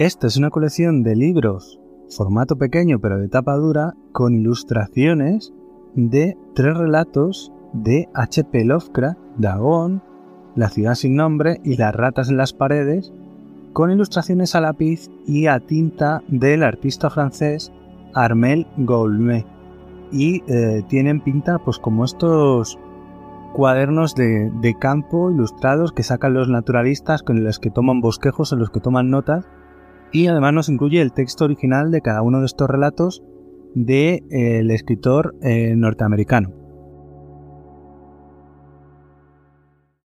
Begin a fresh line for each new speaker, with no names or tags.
Esta es una colección de libros, formato pequeño pero de tapa dura, con ilustraciones de 3 relatos de H.P. Lovecraft, Dagon, La ciudad sin nombre y Las ratas en las paredes, con ilustraciones a lápiz y a tinta del artista francés Armel Goulet. Y tienen pinta pues como estos cuadernos de campo ilustrados que sacan los naturalistas, con los que toman bosquejos, en los que toman notas. Y además nos incluye el texto original de cada uno de estos relatos del escritor norteamericano.